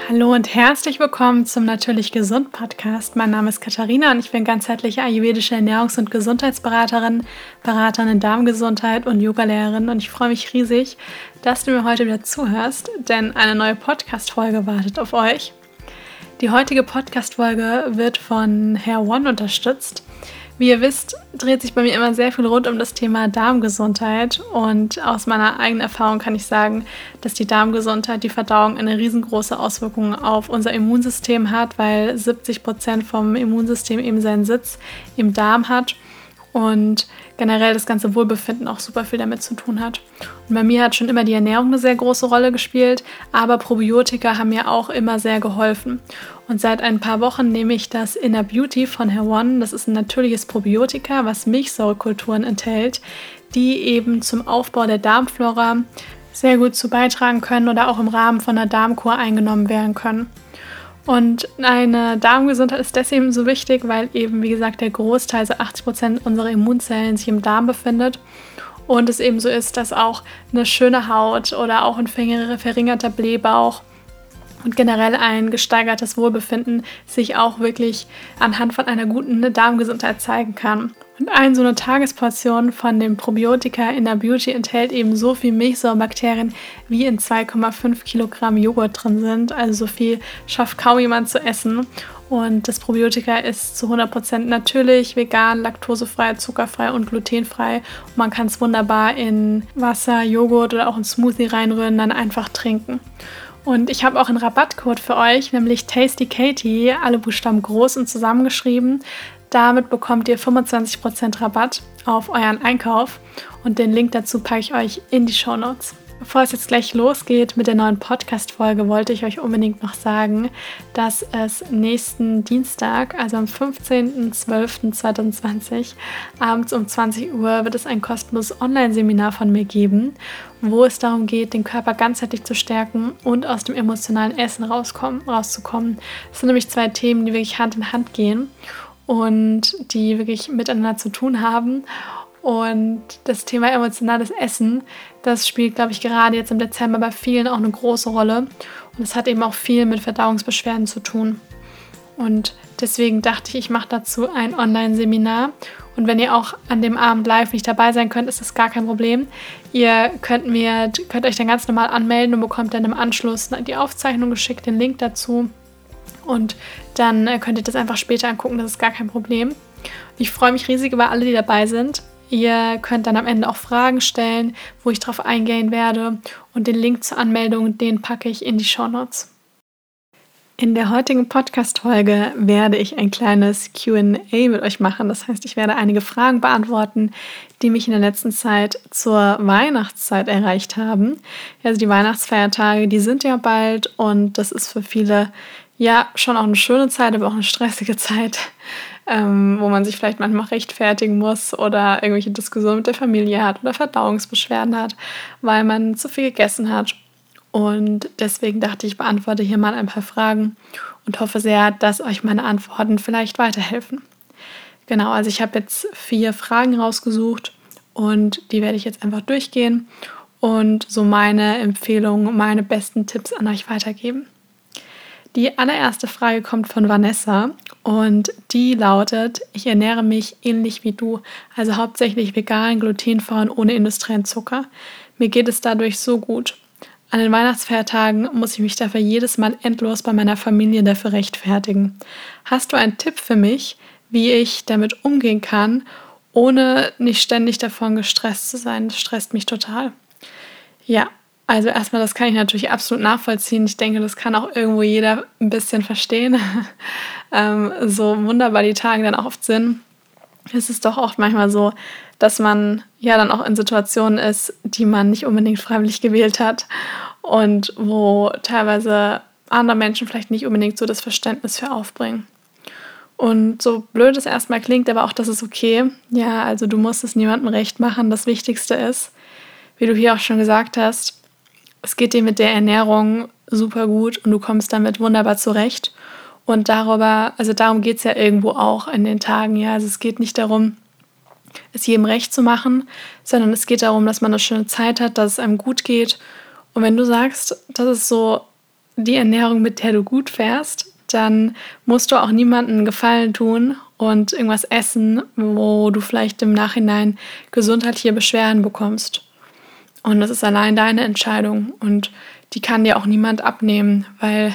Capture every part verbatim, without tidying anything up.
Hallo und herzlich willkommen zum Natürlich Gesund Podcast. Mein Name ist Katharina und ich bin ganzheitliche ayurvedische Ernährungs- und Gesundheitsberaterin, Beraterin in Darmgesundheit und Yogalehrerin und ich freue mich riesig, dass du mir heute wieder zuhörst, denn eine neue Podcast-Folge wartet auf euch. Die heutige Podcast-Folge wird von Hair One unterstützt. Wie ihr wisst, dreht sich bei mir immer sehr viel rund um das Thema Darmgesundheit und aus meiner eigenen Erfahrung kann ich sagen, dass die Darmgesundheit, die Verdauung eine riesengroße Auswirkung auf unser Immunsystem hat, weil siebzig Prozent vom Immunsystem eben seinen Sitz im Darm hat und generell das ganze Wohlbefinden auch super viel damit zu tun hat. Und bei mir hat schon immer die Ernährung eine sehr große Rolle gespielt, aber Probiotika haben mir auch immer sehr geholfen. Und seit ein paar Wochen nehme ich das Inner Beauty von Hair One. Das ist ein natürliches Probiotika, was Milchsäurekulturen enthält, die eben zum Aufbau der Darmflora sehr gut zu beitragen können oder auch im Rahmen von einer Darmkur eingenommen werden können. Und eine Darmgesundheit ist deswegen so wichtig, weil eben, wie gesagt, der Großteil, also achtzig Prozent unserer Immunzellen sich im Darm befindet. Und es eben so ist, dass auch eine schöne Haut oder auch ein verringerter Blähbauch und generell ein gesteigertes Wohlbefinden sich auch wirklich anhand von einer guten Darmgesundheit zeigen kann. Und eine so eine Tagesportion von dem Probiotika Inner Beauty enthält eben so viel Milchsäurebakterien, wie in zwei Komma fünf Kilogramm Joghurt drin sind. Also so viel schafft kaum jemand zu essen. Und das Probiotika ist zu hundert Prozent natürlich, vegan, laktosefrei, zuckerfrei und glutenfrei. Und man kann es wunderbar in Wasser, Joghurt oder auch in Smoothie reinrühren, dann einfach trinken. Und ich habe auch einen Rabattcode für euch, nämlich TastyKatie, alle Buchstaben groß und zusammengeschrieben. Damit bekommt ihr fünfundzwanzig Prozent Rabatt auf euren Einkauf und den Link dazu packe ich euch in die Shownotes. Bevor es jetzt gleich losgeht mit der neuen Podcast-Folge, wollte ich euch unbedingt noch sagen, dass es nächsten Dienstag, also am fünfzehnten zwölften zweitausendzwanzig, abends um zwanzig Uhr wird es ein kostenloses Online-Seminar von mir geben, wo es darum geht, den Körper ganzheitlich zu stärken und aus dem emotionalen Essen rauskommen, rauszukommen. Das sind nämlich zwei Themen, die wirklich Hand in Hand gehen und die wirklich miteinander zu tun haben. Und das Thema emotionales Essen, das spielt, glaube ich, gerade jetzt im Dezember bei vielen auch eine große Rolle. Und es hat eben auch viel mit Verdauungsbeschwerden zu tun. Und deswegen dachte ich, ich mache dazu ein Online-Seminar. Und wenn ihr auch an dem Abend live nicht dabei sein könnt, ist das gar kein Problem. Ihr könnt, mir, könnt euch dann ganz normal anmelden und bekommt dann im Anschluss die Aufzeichnung geschickt, den Link dazu. Und dann könnt ihr das einfach später angucken, das ist gar kein Problem. Ich freue mich riesig über alle, die dabei sind. Ihr könnt dann am Ende auch Fragen stellen, wo ich drauf eingehen werde. Und den Link zur Anmeldung, den packe ich in die Shownotes. In der heutigen Podcast-Folge werde ich ein kleines Q and A mit euch machen. Das heißt, ich werde einige Fragen beantworten, die mich in der letzten Zeit zur Weihnachtszeit erreicht haben. Also die Weihnachtsfeiertage, die sind ja bald und das ist für viele ja schon auch eine schöne Zeit, aber auch eine stressige Zeit, ähm, wo man sich vielleicht manchmal rechtfertigen muss oder irgendwelche Diskussionen mit der Familie hat oder Verdauungsbeschwerden hat, weil man zu viel gegessen hat. Und deswegen dachte ich, ich beantworte hier mal ein paar Fragen und hoffe sehr, dass euch meine Antworten vielleicht weiterhelfen. Genau, also ich habe jetzt vier Fragen rausgesucht und die werde ich jetzt einfach durchgehen und so meine Empfehlungen, meine besten Tipps an euch weitergeben. Die allererste Frage kommt von Vanessa und die lautet: Ich ernähre mich ähnlich wie du, also hauptsächlich vegan, glutenfrei und ohne industriellen Zucker. Mir geht es dadurch so gut. An den Weihnachtsfeiertagen muss ich mich dafür jedes Mal endlos bei meiner Familie dafür rechtfertigen. Hast du einen Tipp für mich, wie ich damit umgehen kann, ohne nicht ständig davon gestresst zu sein? Das stresst mich total. Ja, also erstmal, das kann ich natürlich absolut nachvollziehen. Ich denke, das kann auch irgendwo jeder ein bisschen verstehen. ähm, so wunderbar die Tage dann auch oft sind. Es ist doch oft manchmal so, dass man ja dann auch in Situationen ist, die man nicht unbedingt freiwillig gewählt hat und wo teilweise andere Menschen vielleicht nicht unbedingt so das Verständnis für aufbringen. Und so blöd es erstmal klingt, aber auch das ist okay. Ja, also du musst es niemandem recht machen. Das Wichtigste ist, wie du hier auch schon gesagt hast, es geht dir mit der Ernährung super gut und du kommst damit wunderbar zurecht. Und darüber, also darum geht es ja irgendwo auch in den Tagen. Ja, also es geht nicht darum, es jedem recht zu machen, sondern es geht darum, dass man eine schöne Zeit hat, dass es einem gut geht. Und wenn du sagst, das ist so die Ernährung, mit der du gut fährst, dann musst du auch niemandem einen Gefallen tun und irgendwas essen, wo du vielleicht im Nachhinein gesundheitliche Beschwerden bekommst. Und das ist allein deine Entscheidung und die kann dir auch niemand abnehmen, weil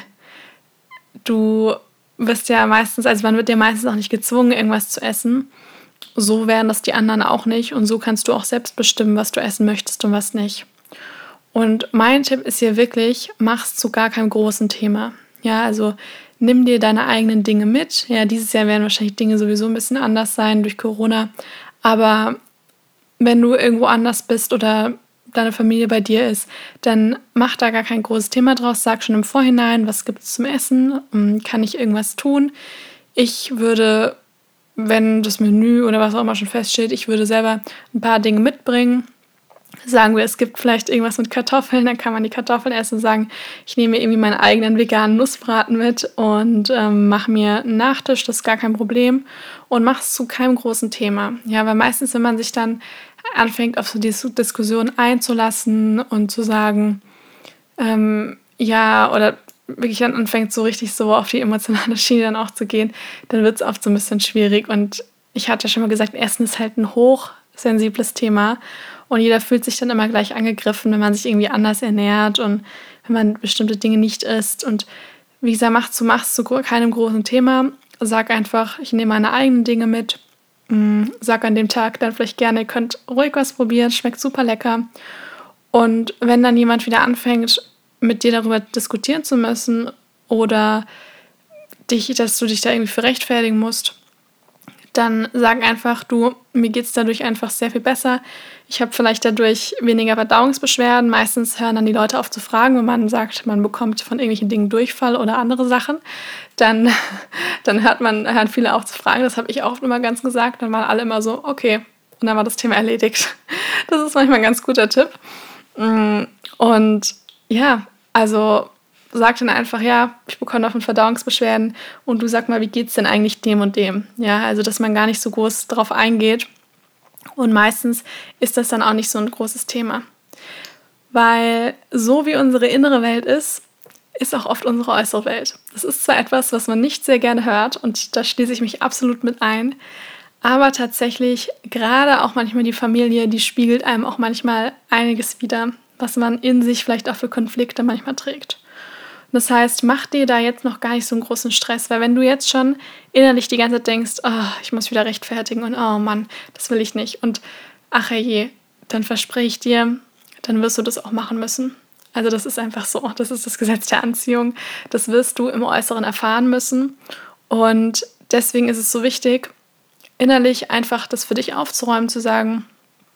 du wirst ja meistens, also man wird ja meistens auch nicht gezwungen, irgendwas zu essen. So werden das die anderen auch nicht und so kannst du auch selbst bestimmen, was du essen möchtest und was nicht. Und mein Tipp ist hier wirklich, mach's zu gar keinem großen Thema. Ja, also nimm dir deine eigenen Dinge mit. Ja, dieses Jahr werden wahrscheinlich Dinge sowieso ein bisschen anders sein durch Corona. Aber wenn du irgendwo anders bist oder deine Familie bei dir ist, dann mach da gar kein großes Thema draus. Sag schon im Vorhinein, was gibt es zum Essen? Kann ich irgendwas tun? Ich würde, wenn das Menü oder was auch immer schon feststeht, ich würde selber ein paar Dinge mitbringen. Sagen wir, es gibt vielleicht irgendwas mit Kartoffeln, dann kann man die Kartoffeln essen und sagen, ich nehme irgendwie meinen eigenen veganen Nussbraten mit und ähm, mache mir einen Nachtisch, das ist gar kein Problem und mach es zu keinem großen Thema. Ja, weil meistens, wenn man sich dann anfängt, auf so diese Diskussion einzulassen und zu sagen, ähm, ja, oder wirklich dann anfängt, so richtig so auf die emotionale Schiene dann auch zu gehen, dann wird es oft so ein bisschen schwierig. Und ich hatte ja schon mal gesagt, Essen ist halt ein hochsensibles Thema und jeder fühlt sich dann immer gleich angegriffen, wenn man sich irgendwie anders ernährt und wenn man bestimmte Dinge nicht isst. Und wie gesagt, machst du, machst zu keinem großen Thema. Sag einfach, ich nehme meine eigenen Dinge mit. Sag an dem Tag dann vielleicht gerne, ihr könnt ruhig was probieren, schmeckt super lecker. Und wenn dann jemand wieder anfängt, mit dir darüber diskutieren zu müssen oder dich, dass du dich da irgendwie für rechtfertigen musst, dann sag einfach, du, mir geht es dadurch einfach sehr viel besser. Ich habe vielleicht dadurch weniger Verdauungsbeschwerden. Meistens hören dann die Leute auf zu fragen, wenn man sagt, man bekommt von irgendwelchen Dingen Durchfall oder andere Sachen. Dann, dann hört man, hören viele auf zu fragen. Das habe ich auch immer ganz gesagt. Dann waren alle immer so, okay. Und dann war das Thema erledigt. Das ist manchmal ein ganz guter Tipp. Und ja, also sag dann einfach, ja, ich bekomme davon Verdauungsbeschwerden und du sag mal, wie geht's denn eigentlich dem und dem? Ja, also dass man gar nicht so groß drauf eingeht und meistens ist das dann auch nicht so ein großes Thema. Weil so wie unsere innere Welt ist, ist auch oft unsere äußere Welt. Das ist zwar etwas, was man nicht sehr gerne hört und da schließe ich mich absolut mit ein, aber tatsächlich gerade auch manchmal die Familie, die spiegelt einem auch manchmal einiges wider, was man in sich vielleicht auch für Konflikte manchmal trägt. Das heißt, mach dir da jetzt noch gar nicht so einen großen Stress, weil wenn du jetzt schon innerlich die ganze Zeit denkst, oh, ich muss wieder rechtfertigen und oh Mann, das will ich nicht und ach je, dann verspreche ich dir, dann wirst du das auch machen müssen. Also das ist einfach so, das ist das Gesetz der Anziehung, das wirst du im Äußeren erfahren müssen und deswegen ist es so wichtig, innerlich einfach das für dich aufzuräumen, zu sagen,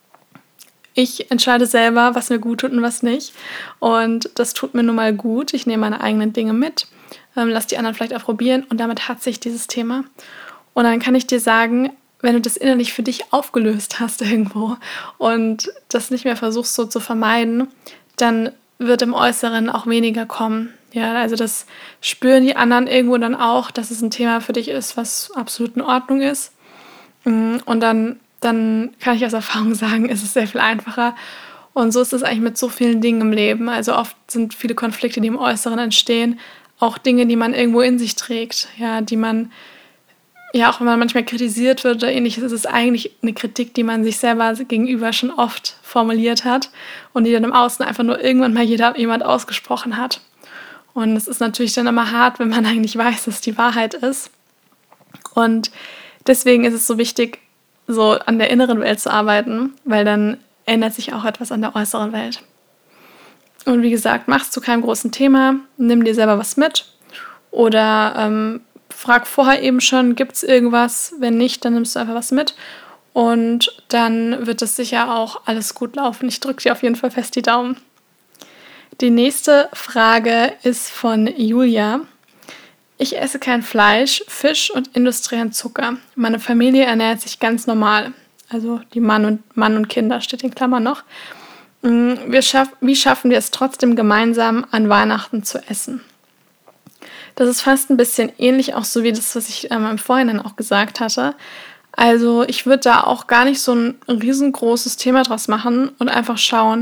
ich entscheide selber, was mir gut tut und was nicht. Und das tut mir nun mal gut. Ich nehme meine eigenen Dinge mit, ähm, lass die anderen vielleicht auch probieren und damit hat sich dieses Thema. Und dann kann ich dir sagen, wenn du das innerlich für dich aufgelöst hast irgendwo und das nicht mehr versuchst so zu vermeiden, dann wird im Äußeren auch weniger kommen. Ja, also das spüren die anderen irgendwo dann auch, dass es ein Thema für dich ist, was absolut in Ordnung ist. Und dann dann kann ich aus Erfahrung sagen, ist es sehr viel einfacher. Und so ist es eigentlich mit so vielen Dingen im Leben. Also oft sind viele Konflikte, die im Äußeren entstehen, auch Dinge, die man irgendwo in sich trägt, ja, die man, ja, auch wenn man manchmal kritisiert wird oder ähnliches, ist es eigentlich eine Kritik, die man sich selber gegenüber schon oft formuliert hat und die dann im Außen einfach nur irgendwann mal jeder, jemand ausgesprochen hat. Und es ist natürlich dann immer hart, wenn man eigentlich weiß, dass es die Wahrheit ist. Und deswegen ist es so wichtig, so an der inneren Welt zu arbeiten, weil dann ändert sich auch etwas an der äußeren Welt. Und wie gesagt, mach's zu keinem großen Thema, nimm dir selber was mit oder ähm, frag vorher eben schon, gibt es irgendwas? Wenn nicht, dann nimmst du einfach was mit und dann wird es sicher auch alles gut laufen. Ich drücke dir auf jeden Fall fest die Daumen. Die nächste Frage ist von Julia. Ich esse kein Fleisch, Fisch und industriellen Zucker. Meine Familie ernährt sich ganz normal. Also die Mann und, Mann und Kinder steht in Klammern noch. Wir schaff, wie schaffen wir es trotzdem gemeinsam an Weihnachten zu essen? Das ist fast ein bisschen ähnlich auch so wie das, was ich ähm, im Vorhinein auch gesagt hatte. Also ich würde da auch gar nicht so ein riesengroßes Thema draus machen und einfach schauen,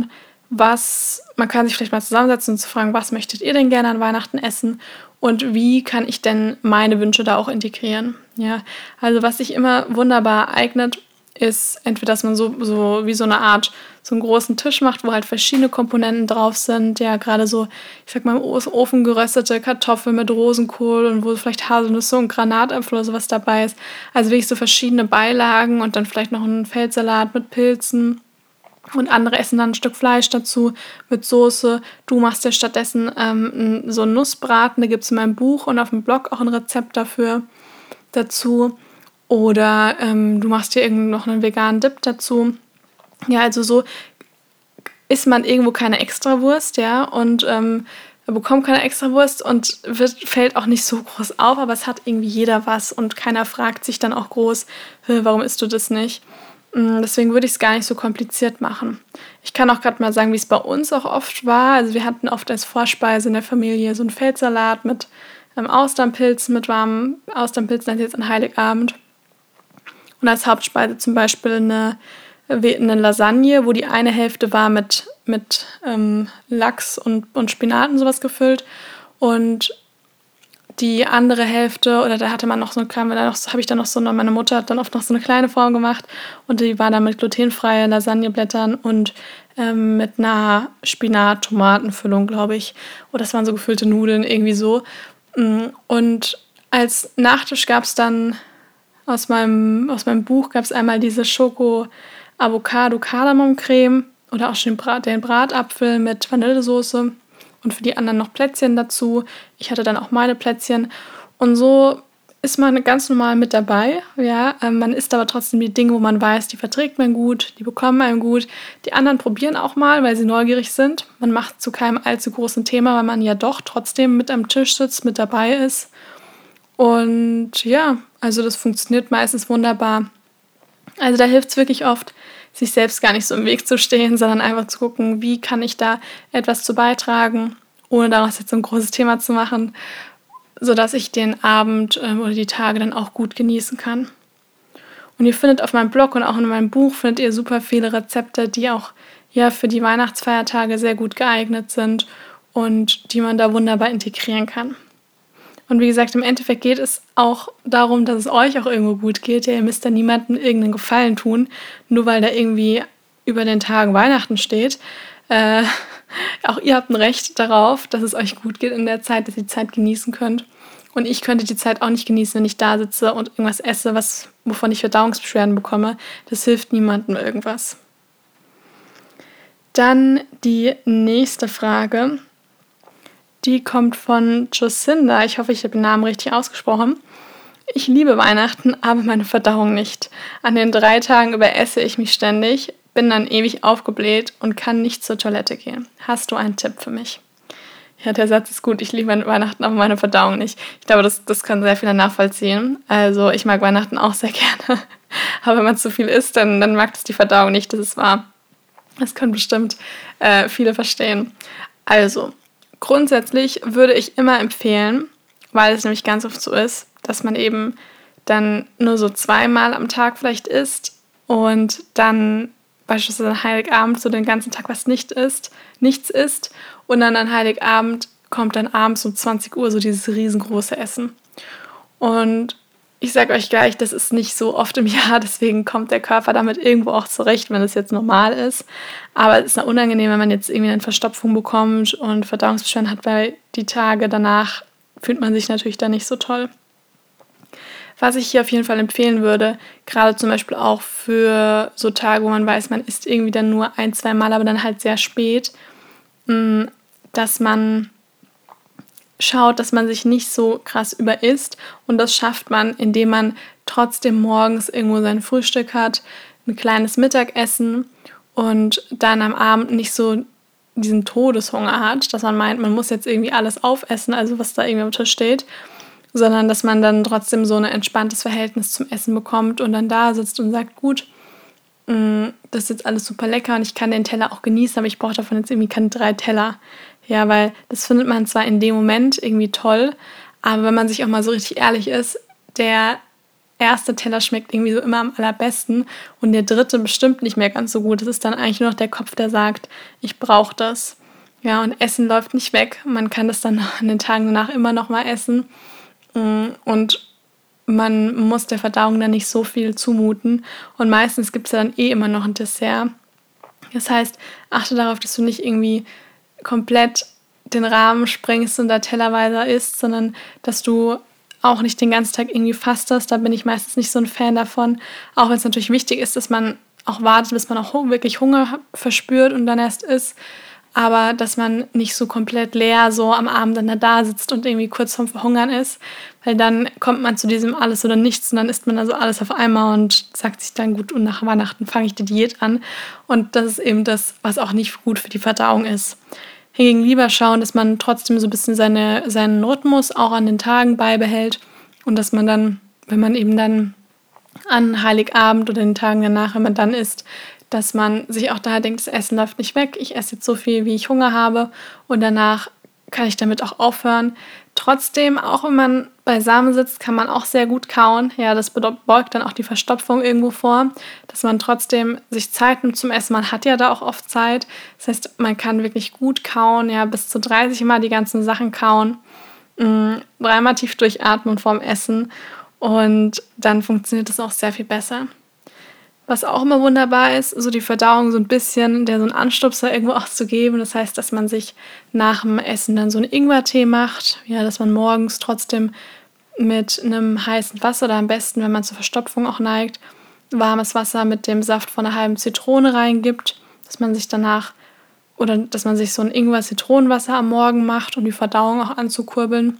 was, man kann sich vielleicht mal zusammensetzen und zu fragen, was möchtet ihr denn gerne an Weihnachten essen und wie kann ich denn meine Wünsche da auch integrieren. Ja, also was sich immer wunderbar eignet, ist entweder, dass man so, so wie so eine Art, so einen großen Tisch macht, wo halt verschiedene Komponenten drauf sind, ja, gerade so, ich sag mal, im Ofen geröstete Kartoffeln mit Rosenkohl und wo vielleicht Haselnüsse und Granatapfel oder sowas dabei ist. Also wirklich so verschiedene Beilagen und dann vielleicht noch ein Feldsalat mit Pilzen. Und andere essen dann ein Stück Fleisch dazu mit Soße. Du machst ja stattdessen ähm, so einen Nussbraten, da gibt es in meinem Buch und auf dem Blog auch ein Rezept dafür dazu. Oder ähm, du machst dir irgend noch einen veganen Dip dazu. Ja, also so isst man irgendwo keine Extrawurst, ja, und ähm, bekommt keine Extrawurst und wird, fällt auch nicht so groß auf, aber es hat irgendwie jeder was und keiner fragt sich dann auch groß, warum isst du das nicht? Deswegen würde ich es gar nicht so kompliziert machen. Ich kann auch gerade mal sagen, wie es bei uns auch oft war. Also wir hatten oft als Vorspeise in der Familie so einen Feldsalat mit ähm, Austernpilzen, mit warmen Austernpilzen, das ist jetzt an Heiligabend. Und als Hauptspeise zum Beispiel eine, eine Lasagne, wo die eine Hälfte war mit, mit ähm, Lachs und, und Spinat und sowas gefüllt. Und die andere Hälfte, oder da hatte man noch so eine kleine, da habe ich dann noch so, eine, meine Mutter hat dann oft noch so eine kleine Form gemacht und die war dann mit glutenfreien Lasagneblättern und ähm, mit einer Spinat-Tomatenfüllung, glaube ich. Oder das waren so gefüllte Nudeln, irgendwie so. Und als Nachtisch gab es dann aus meinem, aus meinem Buch gab es einmal diese Schoko-Avocado-Kardamom-Creme oder auch den, Brat, den Bratapfel mit Vanillesoße. Und für die anderen noch Plätzchen dazu. Ich hatte dann auch meine Plätzchen. Und so ist man ganz normal mit dabei. Ja, ähm, man isst aber trotzdem die Dinge, wo man weiß, die verträgt man gut, die bekommen einem gut. Die anderen probieren auch mal, weil sie neugierig sind. Man macht zu keinem allzu großen Thema, weil man ja doch trotzdem mit am Tisch sitzt, mit dabei ist. Und ja, also das funktioniert meistens wunderbar. Also da hilft es wirklich oft, sich selbst gar nicht so im Weg zu stehen, sondern einfach zu gucken, wie kann ich da etwas zu beitragen, ohne daraus jetzt so ein großes Thema zu machen, sodass ich den Abend ähm, oder die Tage dann auch gut genießen kann. Und ihr findet auf meinem Blog und auch in meinem Buch findet ihr super viele Rezepte, die auch ja für die Weihnachtsfeiertage sehr gut geeignet sind und die man da wunderbar integrieren kann. Und wie gesagt, im Endeffekt geht es auch darum, dass es euch auch irgendwo gut geht. Ja, ihr müsst da niemandem irgendeinen Gefallen tun, nur weil da irgendwie über den Tagen Weihnachten steht. Äh, auch ihr habt ein Recht darauf, dass es euch gut geht in der Zeit, dass ihr die Zeit genießen könnt. Und ich könnte die Zeit auch nicht genießen, wenn ich da sitze und irgendwas esse, was, wovon ich Verdauungsbeschwerden bekomme. Das hilft niemandem irgendwas. Dann die nächste Frage. Die kommt von Jocinda. Ich hoffe, ich habe den Namen richtig ausgesprochen. Ich liebe Weihnachten, aber meine Verdauung nicht. An den drei Tagen über esse ich mich ständig, bin dann ewig aufgebläht und kann nicht zur Toilette gehen. Hast du einen Tipp für mich? Ja, der Satz ist gut. Ich liebe Weihnachten, aber meine Verdauung nicht. Ich glaube, das, das kann sehr viele nachvollziehen. Also ich mag Weihnachten auch sehr gerne. Aber wenn man zu viel isst, dann, dann mag das die Verdauung nicht. Das ist wahr. Das können bestimmt äh, viele verstehen. Also, grundsätzlich würde ich immer empfehlen, weil es nämlich ganz oft so ist, dass man eben dann nur so zweimal am Tag vielleicht isst und dann beispielsweise an Heiligabend so den ganzen Tag was nicht isst, nichts isst und dann an Heiligabend kommt dann abends um zwanzig Uhr so dieses riesengroße Essen. Und ich sage euch gleich, das ist nicht so oft im Jahr, deswegen kommt der Körper damit irgendwo auch zurecht, wenn es jetzt normal ist. Aber es ist dann unangenehm, wenn man jetzt irgendwie eine Verstopfung bekommt und Verdauungsbeschwerden hat, weil die Tage danach fühlt man sich natürlich dann nicht so toll. Was ich hier auf jeden Fall empfehlen würde, gerade zum Beispiel auch für so Tage, wo man weiß, man isst irgendwie dann nur ein, zwei Mal, aber dann halt sehr spät, dass man schaut, dass man sich nicht so krass überisst und das schafft man, indem man trotzdem morgens irgendwo sein Frühstück hat, ein kleines Mittagessen und dann am Abend nicht so diesen Todeshunger hat, dass man meint, man muss jetzt irgendwie alles aufessen, also was da irgendwie am Tisch steht, sondern dass man dann trotzdem so ein entspanntes Verhältnis zum Essen bekommt und dann da sitzt und sagt, gut, mh, das ist jetzt alles super lecker und ich kann den Teller auch genießen, aber ich brauche davon jetzt irgendwie keine drei Teller. Ja, weil das findet man zwar in dem Moment irgendwie toll, aber wenn man sich auch mal so richtig ehrlich ist, der erste Teller schmeckt irgendwie so immer am allerbesten und der dritte bestimmt nicht mehr ganz so gut. Das ist dann eigentlich nur noch der Kopf, der sagt, ich brauche das. Ja, und Essen läuft nicht weg. Man kann das dann an den Tagen danach immer noch mal essen. Und man muss der Verdauung dann nicht so viel zumuten. Und meistens gibt es ja dann eh immer noch ein Dessert. Das heißt, achte darauf, dass du nicht irgendwie komplett den Rahmen sprengst und da tellerweise isst, sondern dass du auch nicht den ganzen Tag irgendwie fastest. Da bin ich meistens nicht so ein Fan davon. Auch wenn es natürlich wichtig ist, dass man auch wartet, bis man auch wirklich Hunger verspürt und dann erst isst. Aber dass man nicht so komplett leer so am Abend dann da sitzt und irgendwie kurz vorm Verhungern ist, weil dann kommt man zu diesem alles oder nichts und dann isst man also alles auf einmal und sagt sich dann, gut, und nach Weihnachten fange ich die Diät an. Und das ist eben das, was auch nicht gut für die Verdauung ist. Hingegen lieber schauen, dass man trotzdem so ein bisschen seine, seinen Rhythmus auch an den Tagen beibehält und dass man dann, wenn man eben dann an Heiligabend oder den Tagen danach, wenn man dann isst, dass man sich auch daher denkt, das Essen läuft nicht weg, ich esse jetzt so viel, wie ich Hunger habe und danach kann ich damit auch aufhören. Trotzdem, auch wenn man beisammen sitzt, kann man auch sehr gut kauen. Ja, das beugt dann auch die Verstopfung irgendwo vor, dass man trotzdem sich Zeit nimmt zum Essen. Man hat ja da auch oft Zeit. Das heißt, man kann wirklich gut kauen, ja, bis zu dreißig Mal die ganzen Sachen kauen, mh, dreimal tief durchatmen vorm Essen und dann funktioniert das auch sehr viel besser. Was auch immer wunderbar ist, so die Verdauung so ein bisschen, der so einen Anstupser irgendwo auch zu geben. Das heißt, dass man sich nach dem Essen dann so einen Ingwertee macht. Ja, dass man morgens trotzdem mit einem heißen Wasser oder am besten, wenn man zur Verstopfung auch neigt, warmes Wasser mit dem Saft von einer halben Zitrone reingibt. Dass man sich danach oder dass man sich so ein Ingwer-Zitronenwasser am Morgen macht, um die Verdauung auch anzukurbeln.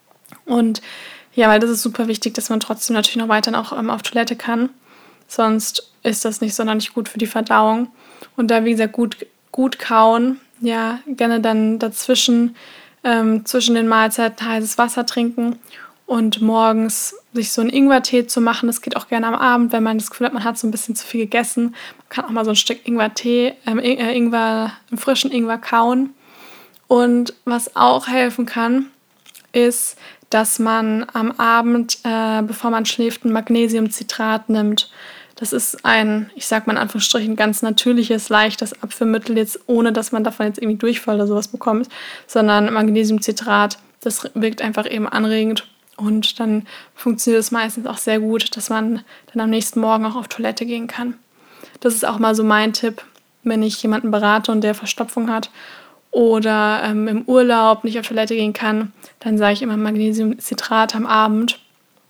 Und ja, weil das ist super wichtig, dass man trotzdem natürlich noch weiterhin auch ähm, auf Toilette kann. Sonst ist das nicht sonderlich gut für die Verdauung. Und da, wie gesagt, gut, gut kauen. Ja, gerne dann dazwischen, ähm, zwischen den Mahlzeiten heißes Wasser trinken und morgens sich so einen Ingwertee zu machen. Das geht auch gerne am Abend, wenn man das Gefühl hat, man hat so ein bisschen zu viel gegessen. Man kann auch mal so ein Stück Ingwertee, ähm, äh, Ingwer, einen frischen Ingwer kauen. Und was auch helfen kann, ist, dass man am Abend, äh, bevor man schläft, ein Magnesiumcitrat nimmt. Das ist ein, ich sag mal in Anführungsstrichen, ganz natürliches, leichtes Abführmittel, jetzt ohne dass man davon jetzt irgendwie Durchfall oder sowas bekommt, sondern Magnesiumcitrat, das wirkt einfach eben anregend und dann funktioniert es meistens auch sehr gut, dass man dann am nächsten Morgen auch auf Toilette gehen kann. Das ist auch mal so mein Tipp, wenn ich jemanden berate und der Verstopfung hat oder ähm, im Urlaub nicht auf Toilette gehen kann, dann sage ich immer Magnesiumcitrat am Abend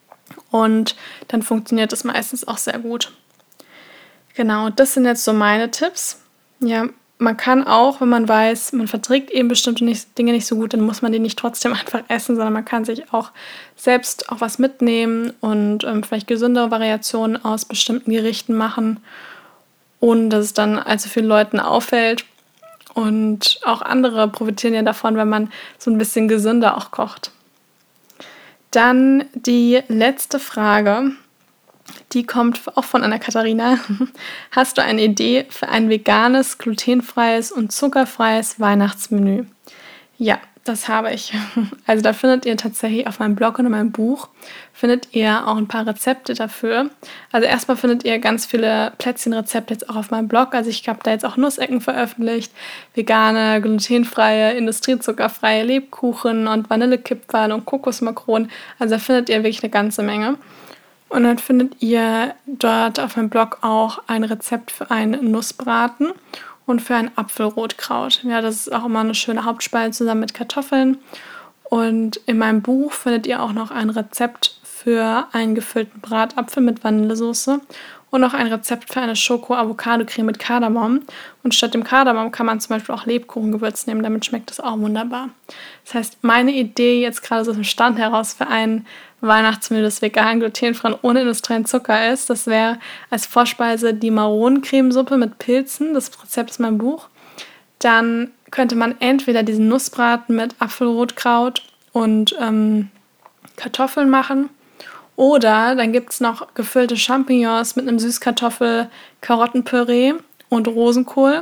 und dann funktioniert das meistens auch sehr gut. Genau, das sind jetzt so meine Tipps. Ja, man kann auch, wenn man weiß, man verträgt eben bestimmte nicht, Dinge nicht so gut, dann muss man die nicht trotzdem einfach essen, sondern man kann sich auch selbst auch was mitnehmen und ähm, vielleicht gesündere Variationen aus bestimmten Gerichten machen, ohne dass es dann allzu vielen Leuten auffällt. Und auch andere profitieren ja davon, wenn man so ein bisschen gesünder auch kocht. Dann die letzte Frage, die kommt auch von Anna Katharina. Hast du eine Idee für ein veganes, glutenfreies und zuckerfreies Weihnachtsmenü? Ja, das habe ich. Also da findet ihr tatsächlich auf meinem Blog und in meinem Buch findet ihr auch ein paar Rezepte dafür. Also erstmal findet ihr ganz viele Plätzchenrezepte jetzt auch auf meinem Blog. Also ich habe da jetzt auch Nussecken veröffentlicht, vegane, glutenfreie, industriezuckerfreie Lebkuchen und Vanillekipferl und Kokosmakronen. Also da findet ihr wirklich eine ganze Menge. Und dann findet ihr dort auf meinem Blog auch ein Rezept für einen Nussbraten und für ein Apfelrotkraut. Ja, das ist auch immer eine schöne Hauptspeise zusammen mit Kartoffeln. Und in meinem Buch findet ihr auch noch ein Rezept für einen gefüllten Bratapfel mit Vanillesoße und noch ein Rezept für eine Schoko-Avocado-Creme mit Kardamom. Und statt dem Kardamom kann man zum Beispiel auch Lebkuchengewürz nehmen, damit schmeckt das auch wunderbar. Das heißt, meine Idee jetzt gerade so aus dem Stand heraus für ein Weihnachtsmenü, das vegan, glutenfrei und ohne industriellen Zucker ist, das wäre als Vorspeise die Maronencremesuppe mit Pilzen. Das Rezept ist mein Buch. Dann könnte man entweder diesen Nussbraten mit Apfelrotkraut und ähm, Kartoffeln machen. Oder dann gibt es noch gefüllte Champignons mit einem Süßkartoffel, Karottenpüree und Rosenkohl.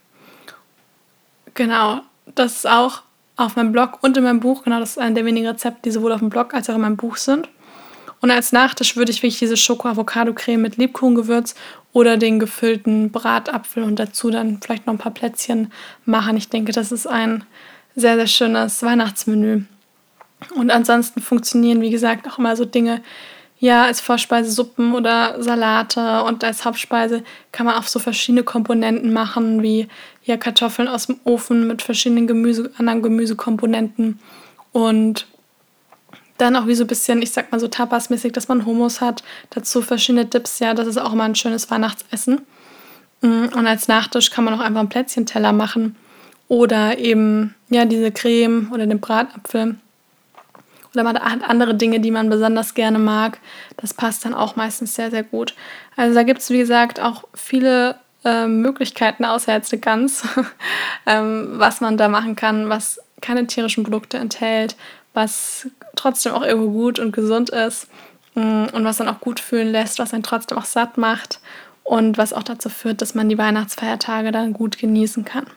Genau, das ist auch auf meinem Blog und in meinem Buch. Genau, das ist einer der wenigen Rezepte, die sowohl auf dem Blog als auch in meinem Buch sind. Und als Nachtisch würde ich wirklich diese Schoko-Avocado-Creme mit Lebkuchengewürz oder den gefüllten Bratapfel und dazu dann vielleicht noch ein paar Plätzchen machen. Ich denke, das ist ein sehr, sehr schönes Weihnachtsmenü. Und ansonsten funktionieren, wie gesagt, auch immer so Dinge, ja, als Vorspeise Suppen oder Salate, und als Hauptspeise kann man auch so verschiedene Komponenten machen, wie ja Kartoffeln aus dem Ofen mit verschiedenen Gemüse, anderen Gemüsekomponenten, und dann auch wie so ein bisschen, ich sag mal so Tapas-mäßig, dass man Hummus hat, dazu verschiedene Dips, ja, das ist auch immer ein schönes Weihnachtsessen. Und als Nachtisch kann man auch einfach einen Plätzchenteller machen oder eben ja diese Creme oder den Bratapfel. Oder man hat andere Dinge, die man besonders gerne mag. Das passt dann auch meistens sehr, sehr gut. Also da gibt es, wie gesagt, auch viele äh, Möglichkeiten, außer jetzt eine Gans, ähm, was man da machen kann, was keine tierischen Produkte enthält, was trotzdem auch irgendwo gut und gesund ist mh, und was dann auch gut fühlen lässt, was einen trotzdem auch satt macht und was auch dazu führt, dass man die Weihnachtsfeiertage dann gut genießen kann.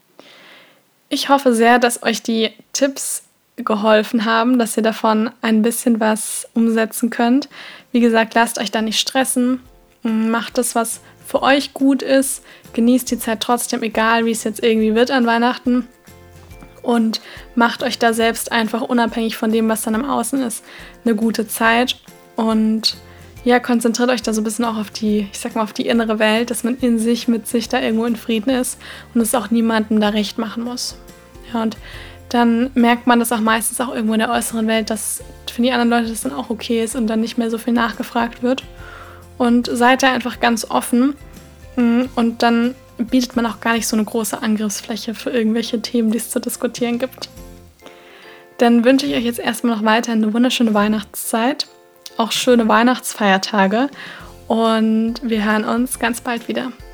Ich hoffe sehr, dass euch die Tipps geholfen haben, dass ihr davon ein bisschen was umsetzen könnt. Wie gesagt, lasst euch da nicht stressen, macht das, was für euch gut ist, genießt die Zeit trotzdem, egal wie es jetzt irgendwie wird an Weihnachten, und macht euch da selbst einfach unabhängig von dem, was dann im Außen ist, eine gute Zeit, und ja, konzentriert euch da so ein bisschen auch auf die, ich sag mal, auf die innere Welt, dass man in sich, mit sich da irgendwo in Frieden ist und es auch niemandem da recht machen muss. Ja, und dann merkt man das auch meistens auch irgendwo in der äußeren Welt, dass für die anderen Leute das dann auch okay ist und dann nicht mehr so viel nachgefragt wird. Und seid da einfach ganz offen, und dann bietet man auch gar nicht so eine große Angriffsfläche für irgendwelche Themen, die es zu diskutieren gibt. Dann wünsche ich euch jetzt erstmal noch weiter eine wunderschöne Weihnachtszeit, auch schöne Weihnachtsfeiertage, und wir hören uns ganz bald wieder.